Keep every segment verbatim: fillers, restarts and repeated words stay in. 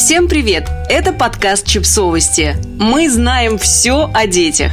Всем привет! Это подкаст «Чипсовости». Мы знаем все о детях.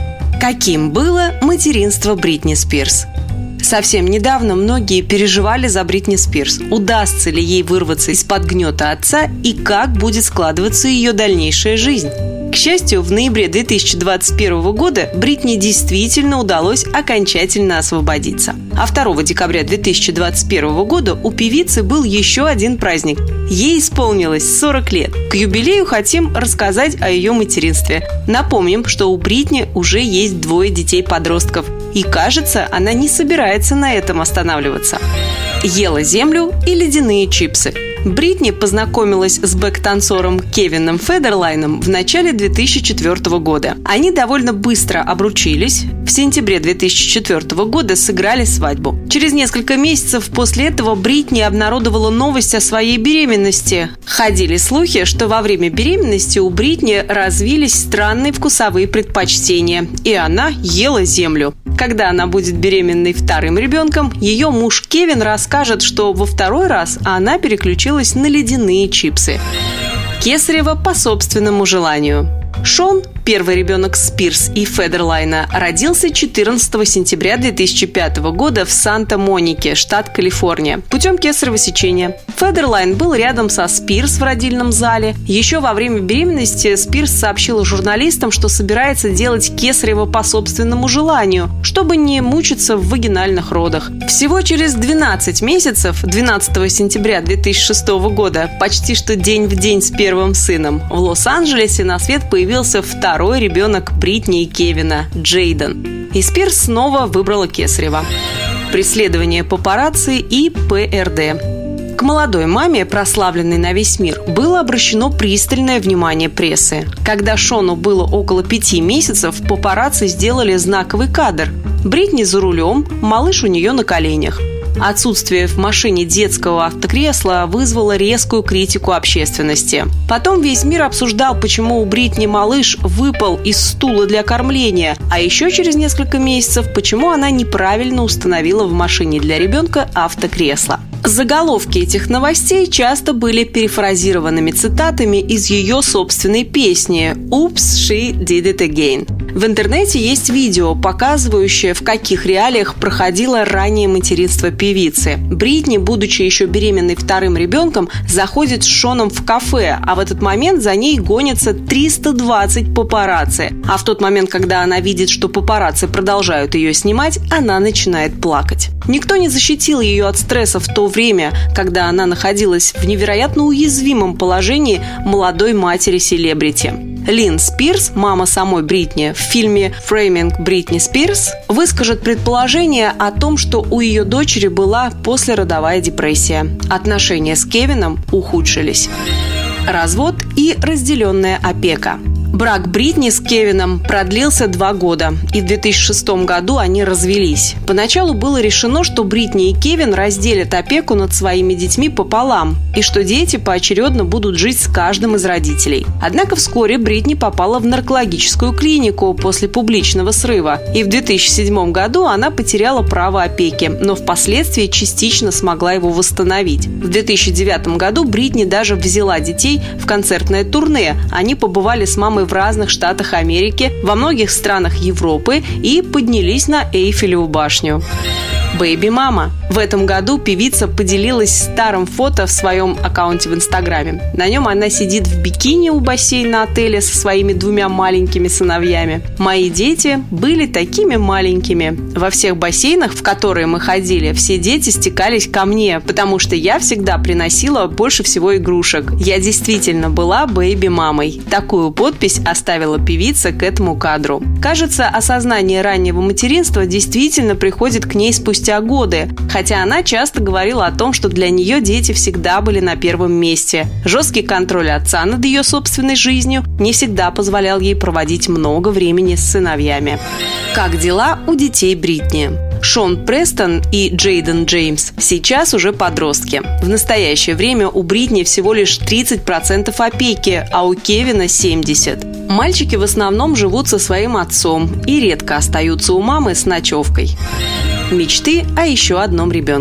Каким было материнство Бритни Спирс? Совсем недавно многие переживали за Бритни Спирс. Удастся ли ей вырваться из-под гнета отца и как будет складываться ее дальнейшая жизнь? К счастью, в ноябре две тысячи двадцать первого года Бритни действительно удалось окончательно освободиться. А второго декабря две тысячи двадцать первого года у певицы был еще один праздник. Ей исполнилось сорок лет. К юбилею хотим рассказать о ее материнстве. Напомним, что у Бритни уже есть двое детей-подростков. И кажется, она не собирается на этом останавливаться. Ела землю и ледяные чипсы. Бритни познакомилась с бэк-танцором Кевином Федерлайном в начале две тысячи четвертого года. Они довольно быстро обручились. В сентябре две тысячи четвертого года сыграли свадьбу. Через несколько месяцев после этого Бритни обнародовала новость о своей беременности. Ходили слухи, что во время беременности у Бритни развились странные вкусовые предпочтения, и она ела землю. Когда она будет беременной вторым ребенком, ее муж Кевин расскажет, что во второй раз она переключилась на ледяные чипсы. Кесарево по собственному желанию. Шон, первый ребенок Спирс и Федерлайна, родился четырнадцатого сентября две тысячи пятого года в Санта-Монике, штат Калифорния, путем кесарево сечения. Федерлайн был рядом со Спирс в родильном зале. Еще во время беременности Спирс сообщила журналистам, что собирается делать кесарево по собственному желанию, чтобы не мучиться в вагинальных родах. Всего через двенадцать месяцев, двенадцатого сентября две тысячи шестого года, почти что день в день с первым сыном, в Лос-Анджелесе на свет появился Появился второй ребенок Бритни и Кевина – Джейден. И Спирс снова выбрала кесарево. Преследование папарацци и пэ эр дэ. К молодой маме, прославленной на весь мир, было обращено пристальное внимание прессы. Когда Шону было около пяти месяцев, папарацци сделали знаковый кадр. Бритни за рулем, малыш у нее на коленях. Отсутствие в машине детского автокресла вызвало резкую критику общественности. Потом весь мир обсуждал, почему у Бритни малыш выпал из стула для кормления, а еще через несколько месяцев, почему она неправильно установила в машине для ребенка автокресло. Заголовки этих новостей часто были перефразированными цитатами из ее собственной песни «Oops, she did it again». В интернете есть видео, показывающее, в каких реалиях проходило раннее материнство певицы. Бритни, будучи еще беременной вторым ребенком, заходит с Шоном в кафе, а в этот момент за ней гонятся триста двадцать папарацци. А в тот момент, когда она видит, что папарацци продолжают ее снимать, она начинает плакать. Никто не защитил ее от стресса в то время, когда она находилась в невероятно уязвимом положении молодой матери-селебрити. Лин Спирс, мама самой Бритни, в фильме «Framing Britney Spears» выскажет предположение о том, что у ее дочери была послеродовая депрессия. Отношения с Кевином ухудшились. Развод и разделенная опека. Брак Бритни с Кевином продлился два года, и в две тысячи шестом году они развелись. Поначалу было решено, что Бритни и Кевин разделят опеку над своими детьми пополам, и что дети поочередно будут жить с каждым из родителей. Однако вскоре Бритни попала в наркологическую клинику после публичного срыва, и в две тысячи седьмом году она потеряла право опеки, но впоследствии частично смогла его восстановить. В две тысячи девятом году Бритни даже взяла детей в концертное турне. Они побывали с мамой в разных штатах Америки, во многих странах Европы и поднялись на Эйфелеву башню. Бэйби-мама. В этом году певица поделилась старым фото в своем аккаунте в Инстаграме. На нем она сидит в бикини у бассейна отеля со своими двумя маленькими сыновьями. «Мои дети были такими маленькими. Во всех бассейнах, в которые мы ходили, все дети стекались ко мне, потому что я всегда приносила больше всего игрушек. Я действительно была бэйби-мамой». Такую подпись оставила певица к этому кадру. Кажется, осознание раннего материнства действительно приходит к ней спустя годы, хотя она часто говорила о том, что для нее дети всегда были на первом месте. Жесткий контроль отца над ее собственной жизнью не всегда позволял ей проводить много времени с сыновьями. Как дела у детей Бритни? Шон Престон и Джейден Джеймс сейчас уже подростки. В настоящее время у Бритни всего лишь тридцать процентов опеки, а у Кевина семьдесят процентов. Мальчики в основном живут со своим отцом и редко остаются у мамы с ночевкой. Мечты о еще одном ребенке.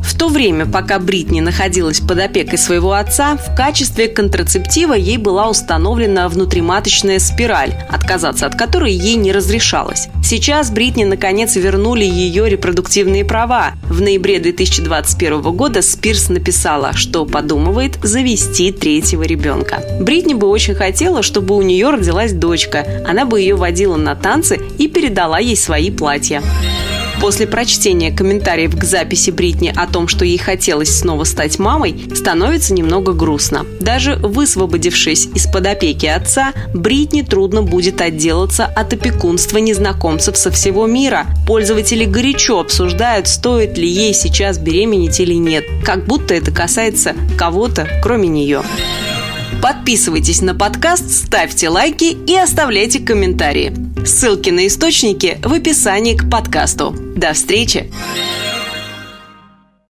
В то время, пока Бритни находилась под опекой своего отца, в качестве контрацептива ей была установлена внутриматочная спираль, отказаться от которой ей не разрешалось. Сейчас Бритни наконец вернули ее репродуктивные права. В ноябре две тысячи двадцать первого года Спирс написала, что подумывает завести третьего ребенка. Бритни бы очень хотела, чтобы у нее родилась дочка. Она бы ее водила на танцы и передала ей свои платья. После прочтения комментариев к записи Бритни о том, что ей хотелось снова стать мамой, становится немного грустно. Даже высвободившись из-под опеки отца, Бритни трудно будет отделаться от опекунства незнакомцев со всего мира. Пользователи горячо обсуждают, стоит ли ей сейчас беременеть или нет, как будто это касается кого-то, кроме нее. Подписывайтесь на подкаст, ставьте лайки и оставляйте комментарии. Ссылки на источники в описании к подкасту. До встречи!